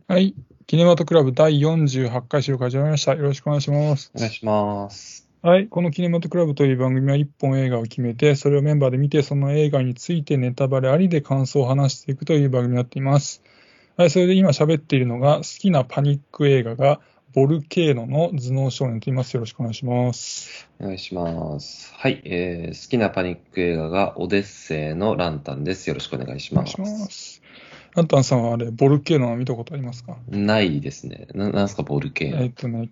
はい。キネマトクラブ第48回収録始まりました。よろしくお願いします。 お願いします。 はい。このキネマトクラブという番組は1本映画を決めて、それをメンバーで見て、その映画についてネタバレありで感想を話していくという番組になっています。はい。それで今喋っているのが、好きなパニック映画が、ボルケーノの頭脳少年と言います。よろしくお願いします。 お願いします。はい、好きなパニック映画がオデッセイのランタンです。よろしくお願いしお願いしまます。 す。アンタンさんはあれ、ボルケーノは見たことありますか？ ないですね。なんすか、ボルケーノ。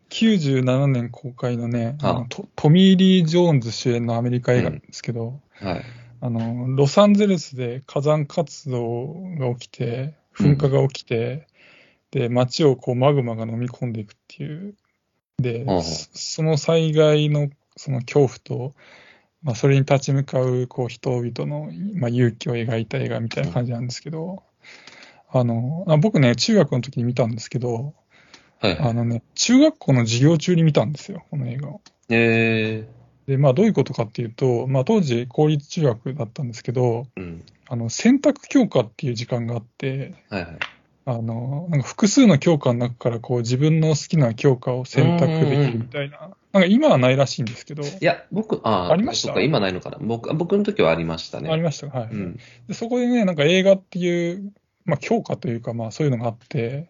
97年公開のね、 あ、 トミー・リー・ジョーンズ主演のアメリカ映画なんですけど、 はい。 ロサンゼルスで火山活動が起きて、噴火が起きて、で、街をこうマグマが飲み込んでいくっていう、で、その災害のその恐怖と、それに立ち向かうこう人々の、勇気を描いた映画みたいな感じなんですけど、僕ね、中学の時に見たんですけど、 はいはい。 中学校の授業中に見たんですよ、この映画を。 えで、どういうことかっていうと、当時公立中学だったんですけど、 うん。 選択教科っていう時間があって、 はいはい。 なんか複数の教科の中からこう自分の好きな教科をうん選択できるみうんうん。 たいな。なんか今はないらしいんですけど、 いや、僕、そっか、 ありました。 今ないのかな。僕の時はありましたね。 ありました。はい。 うん。 で、そこでね、なんか映画っていう、教科というか、そういうのがあって、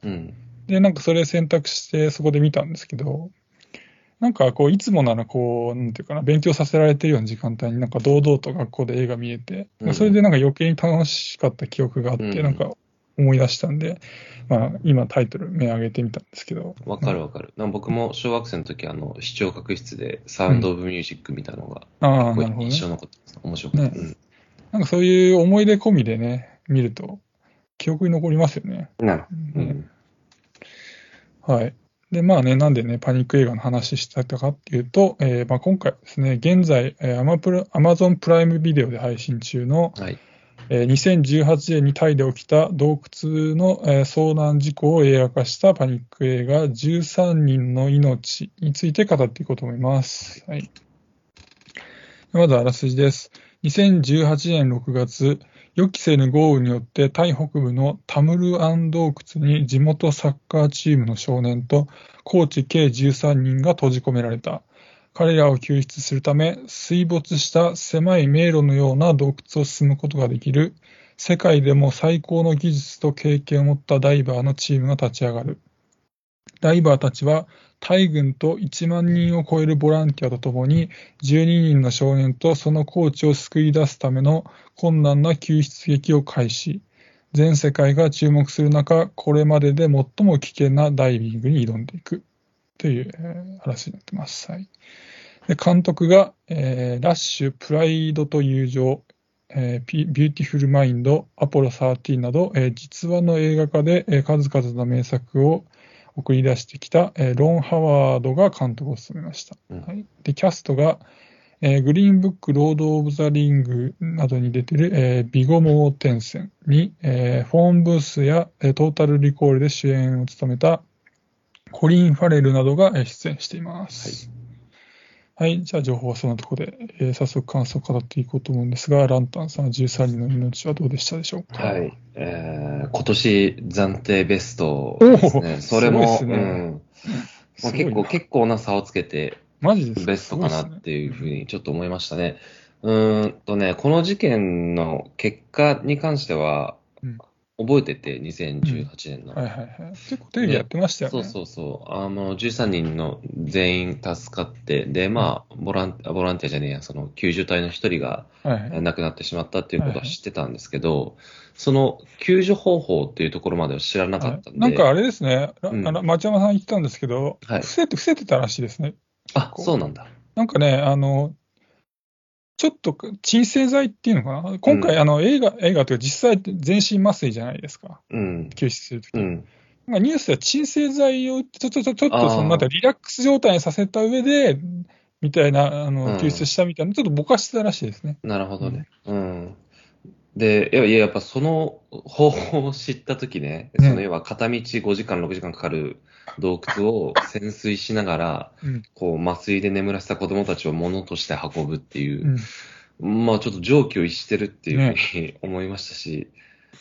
うん。 で、なんかそれ選択してそこで見たんですけど、なんかこう、いつもならこう、なんていうかな、勉強させられてるような時間帯になんか堂々と学校で映画見えて、それうん。 でなんか余計に楽しかった記憶があっうて、なんかん。 思い出したんで、今タイトル目上げてみたんですけど、 わかるわかる。僕も小学生の時、視聴覚室でサウンドオうん。 ブミュージック見たのがああ、 結構なるほどね。 印象残ってます。面白かった。うね。 ん。 なんかそういう思い出込みでね、見ると記憶に残りますよね。 なるほど。うね。 ん。 はい。で、なんでね、パニック映画の話したかっていうと、今回はですね、現在、アマゾンプライムビデオで配信中の、 はい。 2018年にタイで起きた洞窟の、遭難事故を映画化したパニック映画13人の命について語っていこうと思います。はい。まずあらすじです。2018年6月、予期せぬ豪雨によってタイ北部のタムルアン洞窟に地元サッカーチームの少年とコーチ計13人が閉じ込められた。彼らを救出するため、水没した狭い迷路のような洞窟を進むことができる、世界でも最高の技術と経験を持ったダイバーのチームが立ち上がる。ダイバーたちは、タイ軍と1万人を超えるボランティアとともに、12人の少年とそのコーチを救い出すための困難な救出劇を開始。全世界が注目する中、これまでで最も危険なダイビングに挑んでいくという、話になっています。はい。で監督が、ラッシュ、プライドと友情、ビューティフルマインド、アポロ13など、実話の映画化で、数々の名作を送り出してきた、ロン・ハワードが監督を務めました。 うん。 はい、でキャストが、グリーンブック、ロード・オブ・ザ・リングなどに出ている、ビゴ・モーテンセンに、フォーン・ブースや、トータル・リコールで主演を務めたコリン・ファレルなどが出演していまはい。 す。はい。じゃあ、情報はそのところで、早速感想を語っていこうと思うんですが、ランタンさんは13人の命はどうでしたでしょうか？ はい。今年暫定ベストおお、 ですね。そすごいでれも、 すね。 結構、 すごいな。 結構な差をつけて、 マジですか？ ベストかなっすごいですね。 ていうふうにちょっと思いましたね。この事件の結果に関しては、 うん。 覚えてて、 うん。 2018年の。 はいはいはい。結構テレビやっで、 てましたよそうね。 そうそう。13人の全員助かって、で、 うん。 ボランティアじゃねえや、その救助隊の一人がはいはい。 亡くなってしまったっていうことははいはい。 知ってたんですけど、その救助方法っていうところまでは知らなかはい。 ったんで、 なんかあれですね。 うん。 町山さん言ってたんですけど、 はい。 伏せてたらしいですね。結あ、そ構。 うなんだ。 なんかね、ちょっと鎮静剤っていうのかな。今回、 うん。 映画というか実際全身麻酔じゃないですか。 うん。 救出するとき。 うん。 ニュースでは鎮静剤をちょっとまたあリラックス状態にさせた上で、みたいな、 あ、う救出ん。 したみたいな、ちょっとぼかしてたらしいですね。 なるほうん。 どね。うん。で、やっぱその方法を知ったときね、 ね。 要は片道5時間、6時間かかる洞窟を潜水しながら、 うん。 麻酔で眠らせた子供たちを物として運ぶっていう、 うん。 ちょっと常軌を逸してるっていうふうね。 に思いましたし、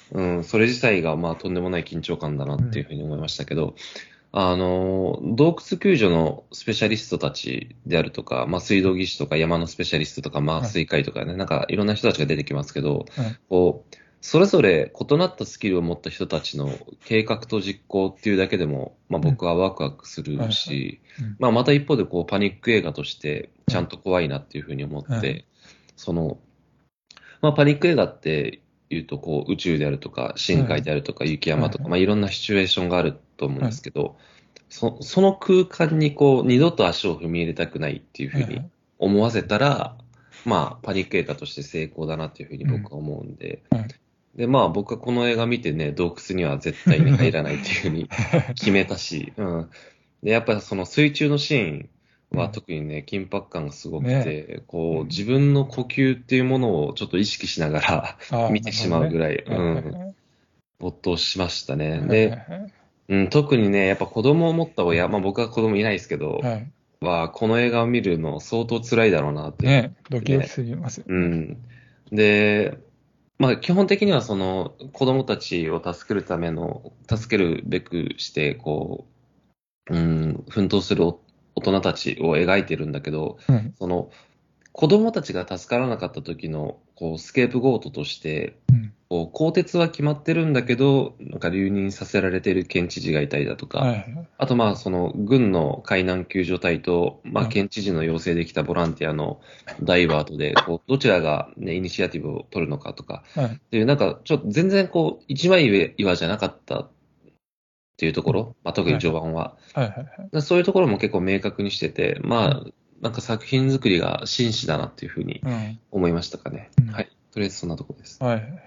それ自体がまあとんでもない緊張感だなっていうふうに思いましたけど、洞窟救助のスペシャリストたちであるとか、まあ、水道技師とか山のスペシャリストとか、まあ、水海とかね、なんかいろんな人たちが出てきますけど、こう、それぞれ異なったスキルを持った人たちの計画と実行っていうだけでも、まあ、僕はワクワクするし、まあ、また一方でこうパニック映画としてちゃんと怖いなっていうふうに思って、まあ、パニック映画っていうとこう宇宙であるとか深海であるとか雪山とか、まあ、いろんなシチュエーションがあると思うんですけど、その空間にこう二度と足を踏み入れたくないっていうふうに思わせたら、まあ、パニック映画として成功だなっていうふうに僕は思うんで、で、まあ僕はこの映画見てね、洞窟には絶対に入らないっていうふうに決めたし、で、やっぱりその水中のシーンは特にね、緊迫感がすごくて、こう、自分の呼吸っていうものをちょっと意識しながら見てしまうぐらい、没頭しましたね。で、特にね、やっぱ子供を持った親、まあ僕は子供いないですけど、この映画を見るの相当辛いだろうなって。 ね、ドキドキすぎますよ。 で、まあ基本的にはその子供たちを助けるべくして、こう、奮闘する大人たちを描いてるんだけど、その子供たちが助からなかった時のこうスケープゴートとして、こう更迭は決まってるんだけど、なんか留任させられている県知事がいたりだとか、あとまあその軍の海難救助隊と、まあ県知事の要請できたボランティアのダイバーとで、こうどちらがね、イニシアティブを取るのかとか、っていうなんかちょっと全然こう一枚岩じゃなかったっていうところ、まあ特に序盤は。そういうところも結構明確にしてて、まあ、なんか作品作りが真摯だなっていうふうに思いましたかね。はい。とりあえずそんなところです。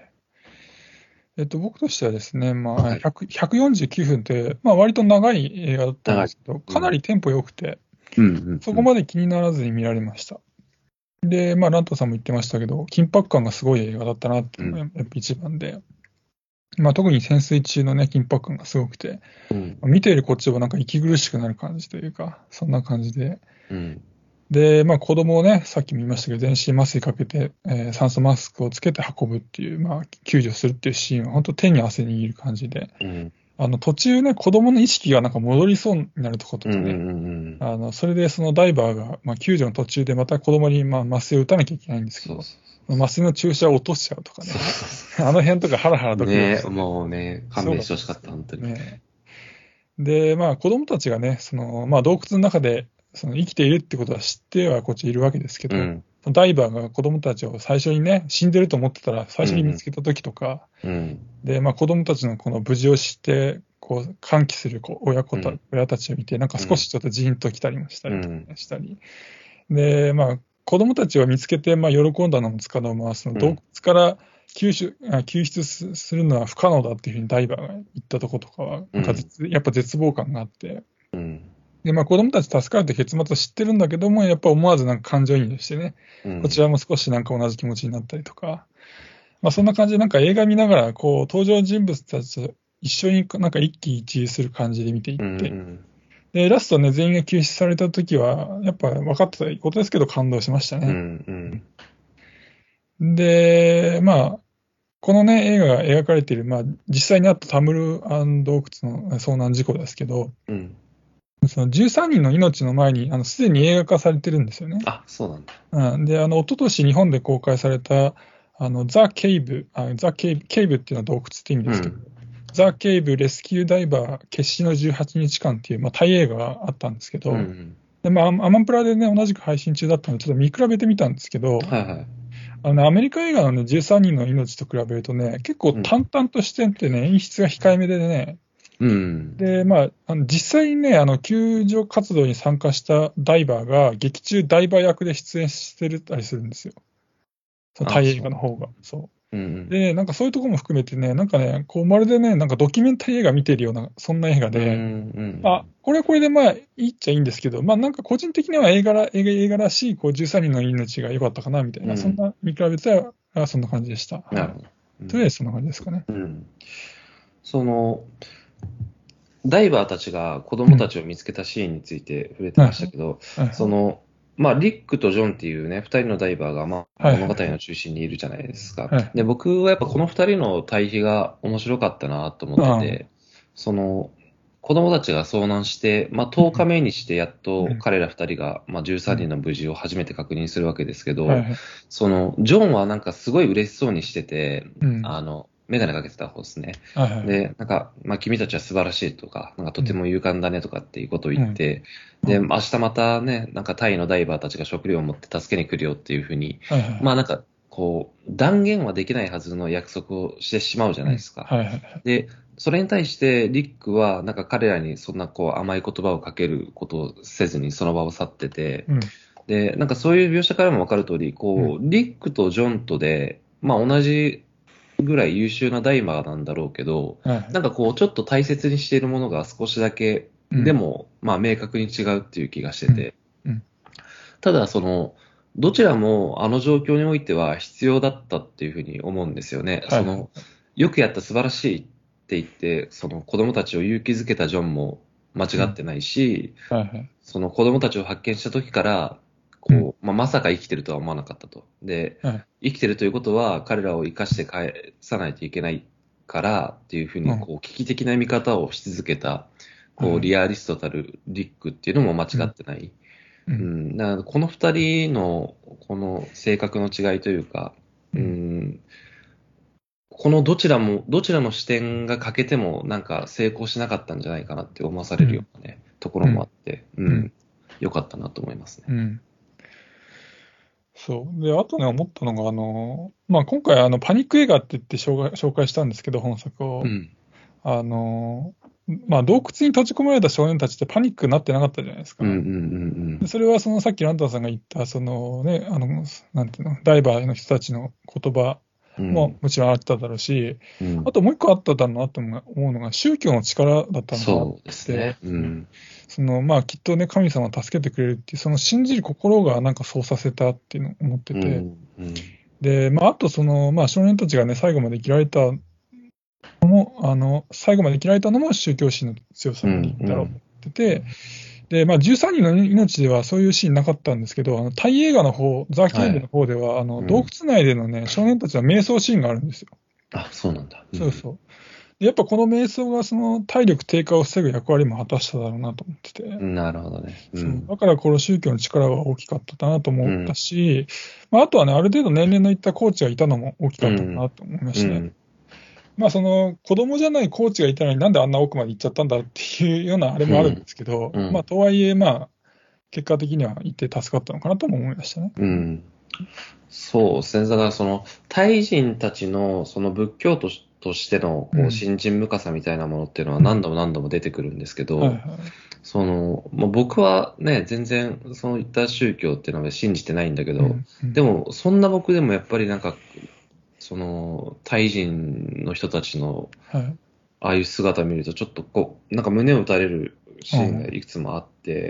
僕としてはですね、まあ、149分って、まあ、割と長い映画だったんですけど、かなりテンポ良くて、そこまで気にならずに見られました。で、まあ、ラントさんも言ってましたけど、緊迫感がすごい映画だったなっていうのがやっぱ一番で、まあ、特に潜水中のね、緊迫感がすごくて、見ているこっちはなんか息苦しくなる感じというか、そんな感じで、で、まあ子供をね、さっきも言いましたけど、全身麻酔かけて、酸素マスクをつけて運ぶっていう、まあ救助するっていうシーンは本当手に汗握る感じで、途中ね、子供の意識がなんか戻りそうになるとことかね、それでそのダイバーが、まあ、救助の途中でまた子供にまあ麻酔を打たなきゃいけないんですけど、麻酔の注射を落としちゃうとかね、あの辺とかハラハラドキドキして。 もうね、勘弁してほしかった、本当に。 で、まあ子供たちがね、まあ洞窟の中で、生きているってことは知ってはこっちいるわけですけど、ダイバーが子供たちを最初にね、死んでると思ってたら最初に見つけた時とか、で、まあ子供たちのこの無事を知って、こう、歓喜する親たちを見て、なんか少しちょっとジーンと来たりもしたりしたり。で、まあ子供たちを見つけて、まあ喜んだのもつかの間、その洞窟から救出するのは不可能だっていうふうにダイバーが言ったとことかは、なんかやっぱ絶望感があって、で、まあ子供たち助かるって結末を知ってるんだけども、やっぱ思わずなんか感情移入してね、こちらも少しなんか同じ気持ちになったりとか、まあそんな感じでなんか映画見ながら、こう登場人物たちと一緒になんか一喜一憂する感じで見ていって、で、ラストね、全員が救出された時は、やっぱ分かってたことですけど感動しましたね。で、まあ、このね、映画が描かれている、まあ、実際にあったタムル湾洞窟の遭難事故ですけど、その13人の命の前に、すでに映画化されてるんですよね。 そうなんだ。 で、一昨年日本で公開された、ザ・ケイブ、ケイブっていうのは洞窟って意味ですけど、ザ・ケイブ・レスキュー・ダイバー決死の18日間っていう、まあ、タイ映画があったんですけど、でまあ、アマプラでね、同じく配信中だったので、ちょっと見比べてみたんですけど、アメリカ映画のね、13人の命と比べるとね、結構淡々としててね、演出が控えめでね、で、まあ、実際にね、救助活動に参加したダイバーが、劇中ダイバー役で出演してたりするんですよ。そのタイ映画の方が。で、なんかそういうところも含めてね、なんかね、こう、まるでね、なんかドキュメンタリー映画見てるような、そんな映画で、これはこれでまあ、いいっちゃいいんですけど、まあなんか個人的には映画らしい、こう、13人の命が良かったかな、みたいな、そんな、見比べたら、そんな感じでした。 なるほど。 とりあえずそんな感じですかね。 ダイバーたちが子供たちを見つけたシーンについて触れてましたけど、 まあ、リックとジョンっていうね、二人のダイバーが、まあ、 はい物語の中心にいるじゃないですか。 はい。 で、僕はやっぱこの二人の対比が面白かったなと思ってああ、 て、その、子供たちが遭難して、まあ、10日目にしてやっとうん。 彼ら二人が、まあ、13人の無事を初めて確認するわけですけど、 はいはい。 その、ジョンはなんかすごい嬉しそうにしてて、 うん。 メガネかけてた方ですね。 はいはいはい。 で、なんか、まあ、君たちは素晴らしいとか、なんかとてうん。 も勇敢だねとかっていうことをうん。 言って、で、 うん。 明日またね、なんかタイのダイバーたちが食料を持って助けに来るよっていうふうに、 はいはいはい。 まあなんか、こう、断言はできないはずの約束をしてしまうじゃうん。 ないですか。 はいはいはい。 で、それに対してリックは、なんか彼らにそんなこう甘い言葉をかけることをせずにその場を去ってて、 うん。 で、なんかそういう描写からもわかる通り、 うん。 こう、リックとジョンとで、まあ同じぐらい優秀なダイバーなんだろうけど、 はいはい。 なんかこう、ちょっと大切にしているものが少しだけ、 うん。 でも、まあ明確に違うっていう気がしてうん。 て、 うん。 ただその、どちらもあの状況においては必要だったっていうふうに思うんですよね。 はいはい。 その、よくやった素晴らしいって言って、その子供たちを勇気づけたジョンも間うん。 違ってないし、 はいはい。 その子供たちを発見した時から、 うん。 こう、まあ、まさか生きてるとは思わなかったと。で、 はい。 生きてるということは彼らを生かして返さないといけないからっていうふうに、 うん。 こう、危機的な見方をし続けた、こう、 はいはい。 リアリストたるリックっていうのも間違うん。 ってない。 うん。 うん。だからこの二人の、この性格の違いというか、ううん。 ん、このどちらの視点が欠けても、なんか成功しなかったんじゃないかなって思わされるようん。 うなね、ところうん。 もあって、ううん。 ん、良かったなと思いますね。 うん。そう。で、あとね、思ったのが、まあ、今回、パニック映画って言って紹介したんですけど、本作を。 うん。 あの、まあ、洞窟に閉じ込められた少年たちってパニックになってなかったじゃないですか。 うんうんうんでそれは、さっきランタンさんが言った、なんていうの、ダイバーの人たちの言葉うん。うん。 ももちろんあっただろうし、 うん。 あともう一個あっただろうなと思うのが、宗教の力だったのかなっそうですて、 ね。うん。 まあ、きっとね、神様は助けてくれるっていう、その信じる心がなんかそうさせたっていうのを思ってて、 うん。うん。 で、まあ、あとまあ、少年たちがね、最後まで生きられたのも、最後まで生きられたのも宗教心の強さうん。 の原因だろうとうん。 思ってて、で、まあ、13人の命ではそういうシーンなかったんですけど、タイ映画の方、ザ・ケイブのはい。 方では、洞うん。 窟内でのね、少年たちの瞑想シーンがあるんですよ。 あ、そうなんだ。うん。 そうそう。でやっぱこの瞑想がその体力低下を防ぐ役割も果たしただろうなと思ってて、 なるほどね。うそう。 ん。 だからこの宗教の力は大きかったなと思ったうん。 し、まあ、あとはね、ある程度年齢のいったコーチがいたのも大きかったかうん。 なと思いましたね。 うん。 まあ、子供じゃないコーチがいたのになんであんな奥まで行っちゃったんだっていうようなあれもあるんでうん。 すけど、まあ、 うん。 とはいえ、まあ、結果的には行って助かったのかなとも思いましたね。 うん。そうですね。だからその、タイ人たちのその仏教としてのこううん。 信心深さみたいなものっていうのはうん。 何度も何度も出てくるんですけど、 はいはい。 その、まあ、僕はね、全然そういった宗教っていうのは信じてないんだけど、 うん。うん。 でも、そんな僕でもやっぱりなんか、その、タイ人の人たちのはい。 ああいう姿を見ると、ちょっとこう、なんか胸を打たれるシーンがうん。 いくつもあって、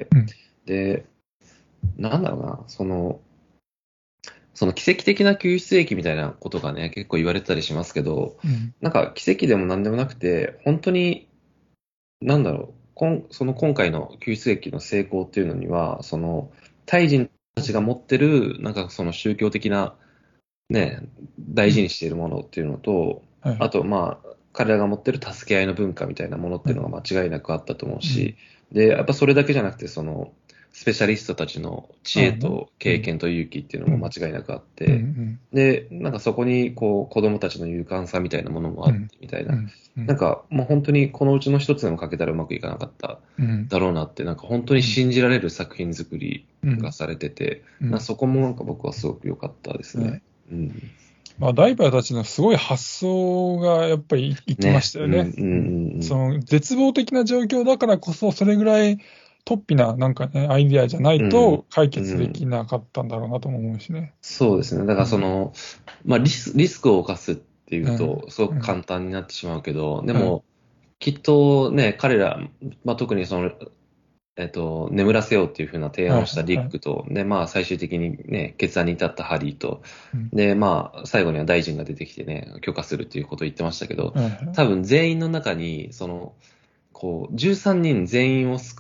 うん。 で、なんだろうな、その奇跡的な救出劇みたいなことがね、結構言われてたりしますけど、 うん。 なんか奇跡でもなんでもなくて、本当に、なんだろう、その今回の救出劇の成功っていうのには、その、タイ人たちが持ってる、なんかその宗教的な、ね、大うん。 事にしているものっていうのと、 はい。 あと、まあ、彼らが持ってる助け合いの文化みたいなものっていうのはい。 が間違いなくあったと思ううん。 し、で、やっぱそれだけじゃなくて、その、スペシャリストたちの知恵ああね。 と経うん。 験と勇気っていうのも間うん。 違いなくあっうん。うて、 ん。 で、なんかそこに、こう、子供たちの勇敢さみたいなものもあって、 うん。 みたいな。 うん。うん。 なんか、もう本当にこのうちの一つでも欠けたらうまくいかなかったうん。 だろうなって、なんか本当にうん。 信じられる作品作りうん。 がされてて、 うん。 そこもなんか僕はすごく良かったですはい。 ね。うん。 まあ、ダイバーたちのすごい発想がやっぱり生きましね。うん、うたよね。 ん、 うん。 うん。 絶望的な状況だからこそ、それぐらい突飛ななんかね、アイディアじゃないうん、 と解う決できん。 なかったんだろうなとも思うしね。 そうですね。だからそうん。 の、まあリスクを冒すっていううん。 と、すごうん。 く簡単になってしまうけど、ではい。 も、きっとね、彼ら、まあ、特にその、眠らせようっていう風な提はい。 案をしたリはい。 ックと、で、まあ、最終的にね、決断に至ったハリーと、 うん。 で、まあ、最後には大臣が出てきてね、許可するっていうことを言ってましたけど、 はい。はい。 多分全員の中に、その、こう、13人全員を救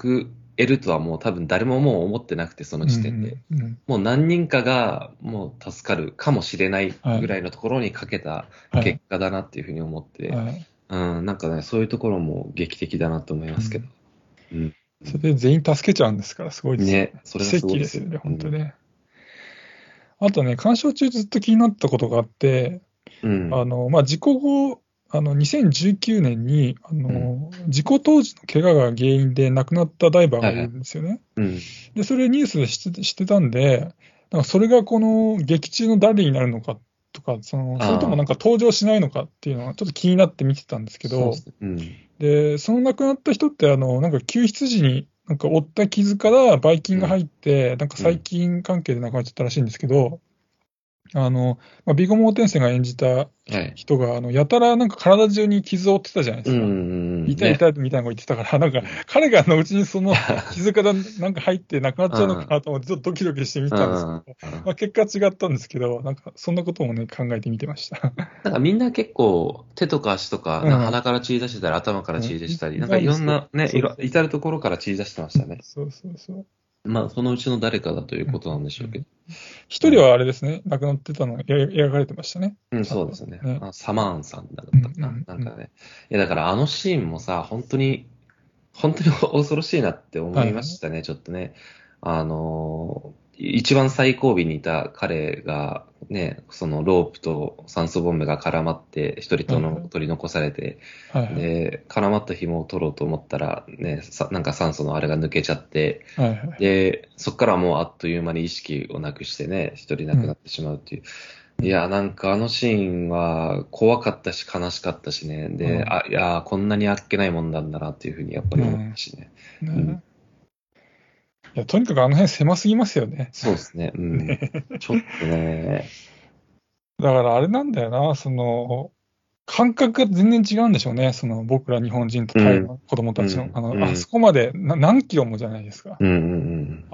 得るとはもう多分誰ももう思ってなくて、その時点で。 うんうんもう何人かがもう助かるかもしれないはいぐらいのところにかけたはい結果だなっていうふうに思って、 はい。 なんかね、そういうところも劇的だなと思いますけど。 うんうん。 それで全員助けちゃうんですから、すごいですよね、 ね。 それが奇すごいですよ。 跡ですよね、 うん。 本当ね。あとね、鑑賞中ずっと気になったことがあって、 うん。 事故後、2019年に、 うん。 事故当時の怪我が原因で亡くなったダイバーがいるはいはい。 んですよね。 うん。 で、それニュースで知ってたんで、なんかそれがこの劇中の誰になるのかとか、それともなんああ、 か登場しないのかっていうのはちょっと気になって見てたんですけど、 そうですね。うん。 で、その亡くなった人って、なんか救出時に、なんか負った傷からばい菌がうん。 入って、なんか細うん。 菌関係で亡くなっちゃったらしいんですけど、ビゴモーテンセンが演じたはい。 人が、やたらなんか体中に傷を負ってたじゃないでうん。 すか。 ね。 痛い痛いみたいなこと言ってたから、なんかうん。 彼がうちにその傷からなんか入って亡くなっちゃうのかうん。 なと思って、ちょっとドキドキして見てうたんですけど、 ん。 まあ、結果違ったんですけど、なんかそんなこともね、考えてみてました。 なんかみんな結構手とか足とか、なんかうん、 鼻から血出してたり頭からうん、 血出したり、 いなんかいたんですよ。 ろんなね、 そうそう。 至るところから血出してましたね。 そうそうそう。 まあ、そのうちの誰かだといううんことなんでしょうけど。 うん一人うん。 はあれですね、亡くなってたのが描かれてましたね。 うん、 ちゃんとそうですね。 ね。 サマーンさんだっうんたかな。なんうんうん。 かね。いや、だからあのシーンもさ、本当に恐ろしいなって思いはいはい。 ましたね、ちょっとね。一番最後尾にいた彼が、ね、そのロープと酸素ボンベが絡まって、一人はいはい。 取り残されて、 はいはい。 で、絡まった紐を取ろうと思ったら、ね、なんか酸素のあれが抜けちゃって、 はいはい。 で、そこからもうあっという間に意識をなくしてね、一人亡うん。 くなってしまうっていう。いや、なんかあのシーンは怖かったし悲しかったしね。で、 うん。 いや、こんなにあっけないもんなんだなっていうふうにやっぱり思ったうん。 しね。うん。 ねいや、とにかくあの辺狭すぎますよね。 そうですね。うん。 ね。 ちょっとね、 だからあれなんだよな、感覚が全然違うんでしょうね。僕ら日本人とタイうん。 の子供たちの。 うん。うあそん。 こまで何キロもじゃないですか。 うん。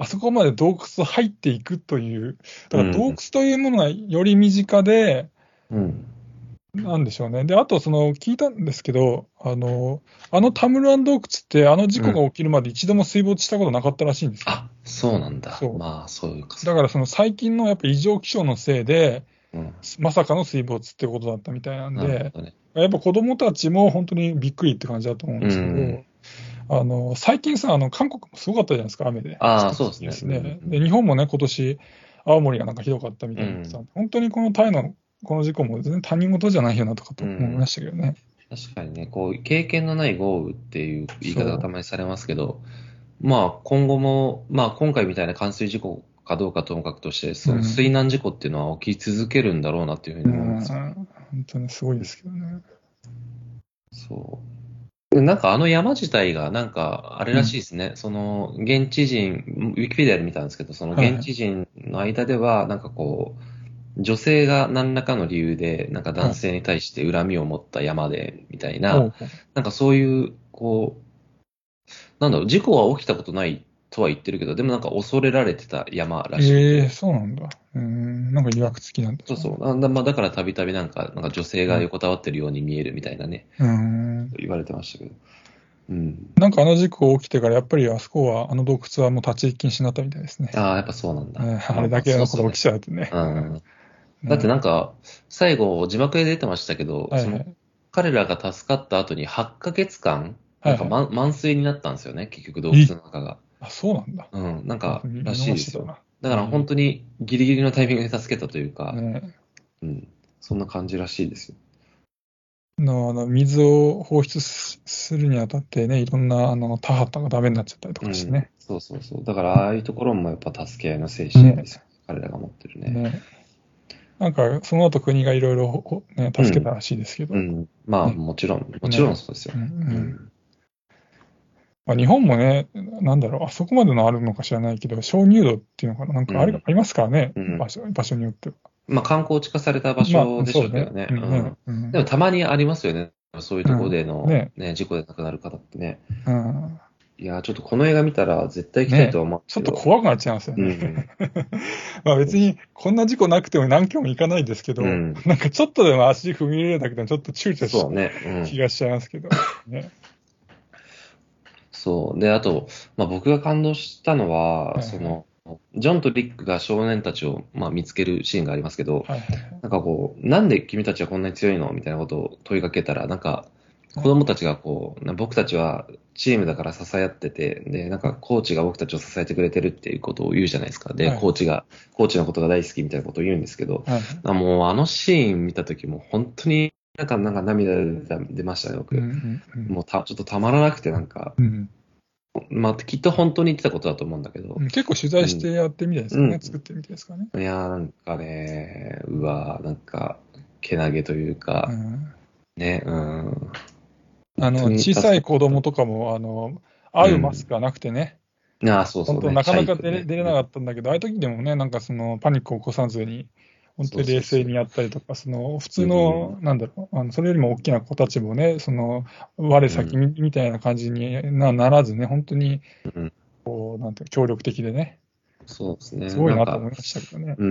あそこまで洞窟入っていくという。だから洞窟うん。 というものがより身近で、 うん。 なんでしょうね。で、あと、聞いたんですけど、タムルアン洞窟って、あの事故がうん。 起きるまで一度も水没したことなかったらしいんですよ。 あ、そうなんだ。 そまあ、そういうか、 う。だから、最近のやっぱ異常気象のせいで、 うん。 まさかの水没ってことだったみたいなんで、 なるほどね。 やっぱ子供たちも本当にびっくりって感じだと思うんうですけん。 ど、最近さ、韓国もすごかったじゃないですか、雨で。 ああ、 少しそうですね。 ですね。で、日本もね、今年、青森がなんかひどかったみうん。 たいなさ、本当にこのタイのこの事故も全然他人事じゃないよなとかと思いまうん。 したけどね。 確かにね、こう、経験のない豪雨っていう言い方がたそまにされますけど、まあ、今後も、まあ、今回みたいな冠水事故かどうかともかくとして、 う。 その水難事故っていうのは起き続けるんだろうなっていうふうに思いますよね。 本当にすごいですけどね。 そう。でなんかあの山自体が、なんか、あれらしいうん。 ですね。その、現地人、ウィキペディアで見たんですけど、そのはいはい。 現地人の間では、なんかこう、女性が何らかの理由で、なんかはい。 男性に対して恨みを持った山で、みたいな、 ほうほう。 なんかそういう、こなんだろう、事故は起きたことないとは言ってるけど、でもなんか恐れられてた山らしくええて、 そうなんだ。なんか曰く付きなんですかね。 そうそう。まあ、だからたびたびなんか女性うん。 が横たわってるように見えるみたいなね、 うん。 言われてましたけど。うん。 なんかあの事故起きてから、やっぱりあそこは、あの洞窟はもう立ち入り禁止になったみたいですね。 ああ、やっぱそうなんだ。 あれだまあまあ、 けのこと起きそうっすよね。 ちゃうとね。 うん。だってね。 なんか、最後、字幕で出てましたけど、その、 はいはい。 彼らが助かった後に8ヶ月間、なんか、 はいはい。 満水になったんですよね、結局洞窟え、 の中が。 あ、そうなんだ。 うん、なんか、 見らしいですよ。 逃してたな。 だから本当にギリギリのタイミングで助けたというか、 ね。 うん。そんな感じらしいですよ。 水を放出するにあたってね、いろんな、田畑がダメになっちゃったりとうん。 かしてね。 そうそうそう。だから、ああいうところもやっぱ助け合いの精神ですよ。 ね。 彼らが持ってるね。 ね。なんか、その後国がいろいろね、 うん。 助けたらしいですけど、 うん。まあ、 ね。 もちろんね。 そうですよ。 うんうん。 うん。 まあ、日本もね、なんだろう、あそこまでのあるのか知らないけど、鍾乳洞っていうのかな、なんかあうん。 りますからね、 うん。 場所によっては。 まあ、観光地化された場まあ、 所でしそうね。 ょうけどね。 うんね。 うん。でも、 うん。 たまにありますよね。そういうところうん。 での、 ね。 ね、事故で亡くなる方ってね。 うん。 いやー、ちょっとこの映画見たら絶対行きたいとね。 は思うんですちょっとけど。 怖くなっちゃいますよね。 うん。 まあ別に、こんな事故なくても何件も行かないですけど、 うん。 なんかちょっとでも足踏み入れるだけでもちょっと躊躇しそうね。うん。 気がしちゃいますけど。ね。 そう。で、あと、まあ、僕が感動したのは、 はいはい。 ジョンとリックが少年たちを、まあ、見つけるシーンがありますけど、 はいはいはい。 なんかこう、なんで君たちはこんなに強いのみたいなことを問いかけたら、なんか、子はい供たちがこう、僕たちはチームだから支え合ってて、で、なんかコーチが僕たちを支えてくれてるっていうことを言うじゃないですか。で、 はいコーチのことが大好きみたいなことを言うんですけど、 はいはい。 もうあのシーン見たときも本当になんか涙出ましたね、 うんう僕。 んうん。 もうちょっとたまらなくてなんか、 うんまあ、きっと本当に言ってたことだと思うんだけど、 うん、結構取材してうん、 やってみたいですかね。 うん。 作ってみたいですかね。 いやーなんかね、うわーなんか、けなげというか、 うん。 ね、うん。本当に小さい子助かった。 供とかも、合うマスうん。 クがなくてね、 ああ、そうそうね。 本当なかチャなか出れ、 イとね。 出れなかうん。 ったんだけど、ああいう時でもね、なんかパニックを起こさずに、本当そうに冷そうそう。 静にやったりとか、普う通の、 ん。 なんだろう、それよりも大きな子たちもね、我先うん。 みたいな感じにならずね、本当に、 うん。 なんていうか協力的でね、 そうですね。 すごいなんか、 なと思いましたけどね。 うん。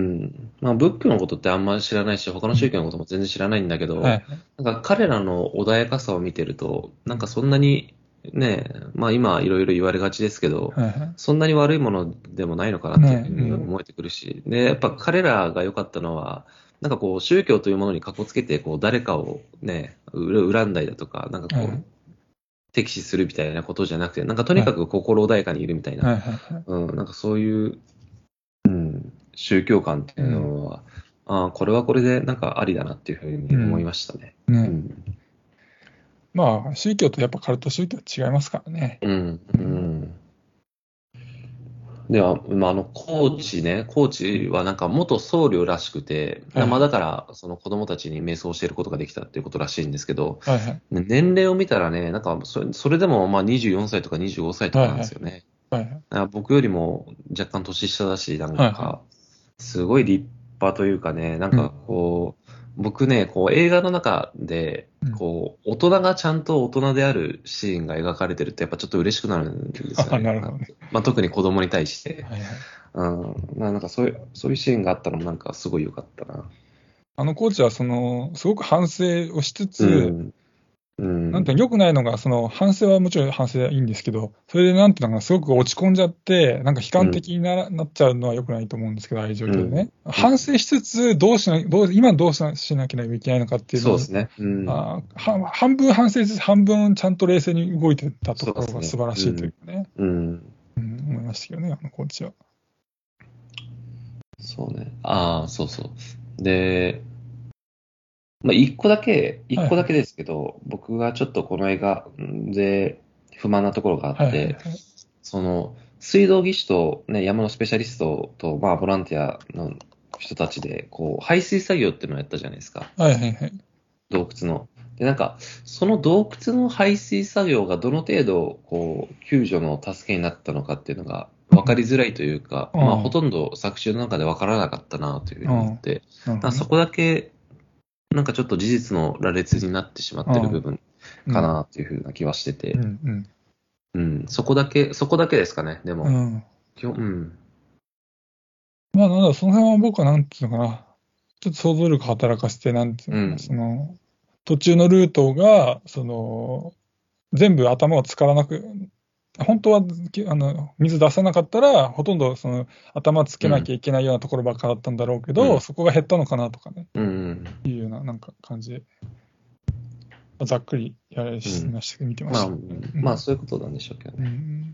まあ、仏教のことってあんまり知らないし、他のうん。 宗教のことも全然知らないんだけど、 はいはい。 なんか彼らの穏やかさを見てると、 うん。 なんかそんなに、ね、まあ今いろいろ言われがちですけど、 はいはそんなに悪いものでもないのかない。 っていうふうねえ、うん。 に思えてくるし、で、やっぱ彼らが良かったのは、なんかこう宗教というものにかこつけて、こう誰かをね、恨んだりだとか、なんかはいはい。 こう、敵視するみたいなことじゃなくて、なんかとにはいかく心穏やかにいるみたいな、 はいはいはい。 うん、なんかそういう宗教観っていううん。 のは、これはこれでなんかありだなっていうふうに思いうん。 ましたね。うね。 ん。 まあ、宗教とやっぱカルト宗教は違いますからね。 うん。ううん。 ん。では、まあ、コーチはなんか元僧侶らしくて、まあ、 はいはい。 だから、その子供たちに瞑想を教えることができたっていうことらしいんですけど、 はいはい。 年齢を見たらね、なんかそれでもまあ24歳とか25歳とかなんはいはい。 ですよね。 はいはい。 だから僕よりも若干年下だし、なんはいはい。 か、すごい立派というかね、なんうん。 かこう、僕ね、こう映画の中で、 うん。 こう、大人がちゃんと大人であるシーンが描かれてると、やっぱちょっと嬉しくなるんですよあ、なね。 るほどね。 まあ、特に子供に対して。 はいはい。 うん。なんかそういうシーンがあったのもなんかすごい良かったな。 あのコーチは、すごく反省をしつつ、 うん。うなんていうん。 の良くないのが、反省はもちろん反省はいいんですけど、それでなんていうのかな、すごく落ち込んじゃって、なんか悲うん。 観的になっちゃうのは良くないと思うんですけど、ああいう状うん。 況でね。 うん。 反省しつつ、今どうしなきゃいけないのかっていうのを、 そうですね。うん。 半分反省しつつ、半分ちゃんと冷静に動いてたところが素そうですね。 晴らしいといううん。 かね、 うん。 うん、思いましたけどね、あのコーチは。 そうね。ああ、そうそう。で、まあ、一はいはい。 個だけですけど、僕がちょっとこの映画で不満なところがあっはいはいて、 はい。 水道技師とね、山のスペシャリストと、まあ、ボランティアの人たちで、こう、排水作業っていうのをやったじゃないですか。 はいはいはい。 洞窟の。で、なんか、その洞窟の排水作業がどの程度、こう、救助の助けになったのかっていうのが分うん。 かりづらいというか、まあ、ほあとんど作中の中で分からなかったなというふうあ、 にああ、 思って、 なるほどね。 そこだけなんかちょっと事実の羅列になってしまってるああ、 部分かうん、 なっていうふうな気はしてて、 うん、うん。 うん、そこだけですかね、でも。 うん。 うん、 まあ、なんだ、その辺は僕はなんていうのかな。ちょっと想像力働かせて、なんていうのかな、 うん、 途中のルートが、全部頭を使わなく、本当は、水出さなかったら、ほとんど頭つけなきうん、 ゃいけないようなところばっかだったんだろうけど、 うん、 そこが減ったのかなとかね、 うん、 いうような、なんか感じで、ざっくりうん。 見てままあ、 したけどね。 うんまあ、 うん。 そういうことなんでしょうけどうね。 ん。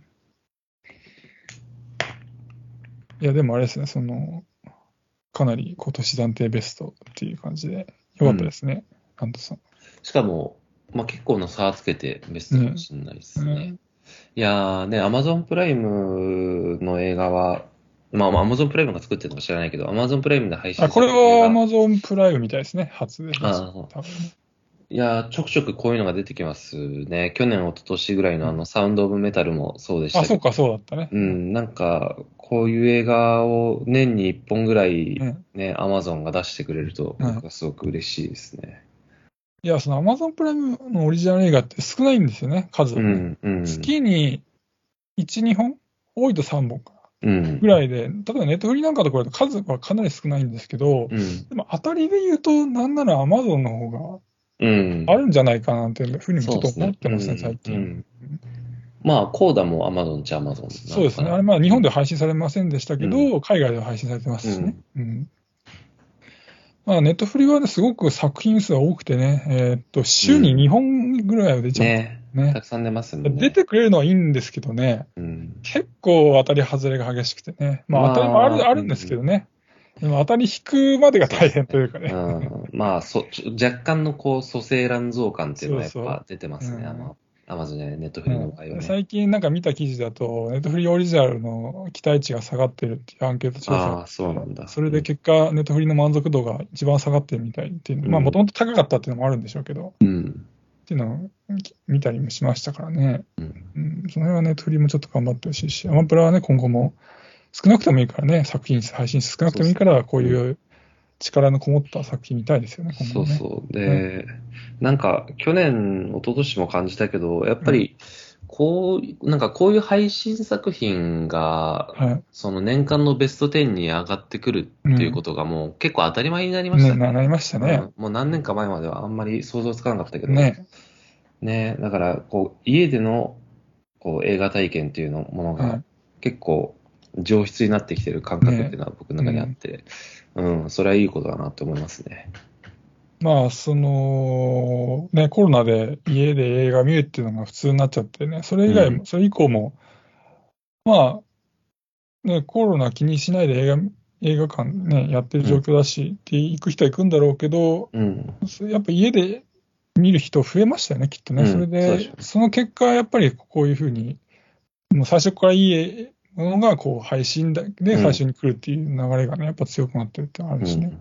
いや、でもあれですね、かなり今年暫定ベストっていう感じで、よかったでうん。 すね、アンドさん。 しかも、まあ結構な差つけてベストかもね。 しれないですね。 ね。 いやーね、アマゾンプライムの映画は、まあ、アマゾンプライムが作ってるのか知らないけど、アマゾンプライムで配あ、 信さこれれてる映画、 は Amazon プライムみたいですね、初だし、 あ多分ね。 いやー、ちょくちょくこういうのが出てきますね。去年、一昨年ぐらいのうん。 サウンドオブメタルもそうでしあ、 たけど、 そうか、そうだったね。うん。 なんか、こういう映画を年に一本ぐらいうん。 ね、アマゾンが出してくれると、 うん。 僕はすごく嬉しいですね。 いや、Amazon プライムのオリジナル映画って少ないんですよね、数はね。 うん、うん、 月に1、2本多いと3本かな。 うん、 ぐらいで、例えばネットフリなんかと比べると数はかなり少ないんですけど、 うん、 でも当たりで言うと、なんなら Amazon の方がうん。 あるんじゃないかなっていうふうにもちょっとそうですね。う思ってますね、最ん、う近。 ん。 まあ、コーダも Amazon っちゃ Amazon なのかな。 そうですね。あれ、まあ、日本では配信されませんでしたけど、 う海外では配信されてますしね。まあ、ネットフリはね、すごく作品数が多くてね、週に2本ぐらいは出ちゃうんですね。たね。 くさん出ますもんね。 出てくれるのはいいんですけどね、結構当たり外れが激しくてね。まあ、当たりもあるんですけどね。でも当たり引くまでが大変というかね。 まあ、若干のこう、蘇生乱造感っていうのはやっそうぱ出てますね。アマゾンじゃない、ネットフリの場合はね。 最近なんか見た記事だと、ネットフリオリジナルの期待値が下がってるっていうアンケート調査があって、 そうなんだ。 それで結果、ネットフリの満足度が一番下がってるみたいっていう、まあ、もともと高かったっていうのもあるんでしょうけど、っていうのを見たりもしましたからね。その辺はネットフリもちょっと頑張ってほしいし、アマプラはね、今後も少なくてもいいからね、作品配信少なくてもいいから、こういう力のこもった作品見たいですよね、今後ね。 で、なんか、去年、一昨年も感じたけど、やっぱり、こういう配信作品が、その年間のベスト10に上がってくるっていうことがもう結構当たり前になりましたね。 なりましたね。 もう何年か前まではあんまり想像つかなかったけど、ね、だから、こう、家での、こう、映画体験っていうものが、結構、上質になってきてる感覚っていうのは僕の中にあって、それはいいことだなと思いますね。 まあ、コロナで家で映画見るっていうのが普通になっちゃってね、それ以降も、まあ、ね、コロナ気にしないで映画館ね、やってる状況だし、って行く人は行くんだろうけど、やっぱ家で見る人増えましたよね、きっとね。それで、その結果、やっぱりこういうふうに、もう最初からいいものがこう配信で最初に来るっていう流れがね、やっぱ強くなってるってあるしね。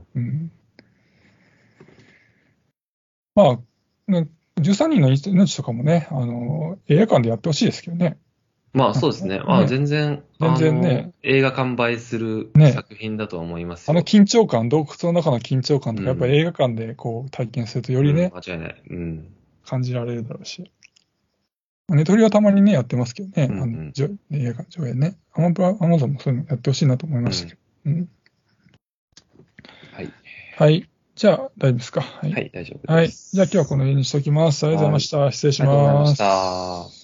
まあ、ね、13人の命とかもね、映画館でやってほしいですけどね。 まあそうですね。まあ全然ね、映画完売する作品だと思いますよ。 緊張感、洞窟の中の緊張感とか、やっぱり映画館でこう体験するとよりね、 間違いない。 感じられるだろうし。ネトリはたまにね、やってますけどね、映画上映ね。アマゾンもそういうのやってほしいなと思いましたけど。はい。じゃあ、大丈夫ですか。 はい、大丈夫です。 はい。じゃあ今日はこの辺にしときます。ありがとうございました。失礼します。 ありがとうございました。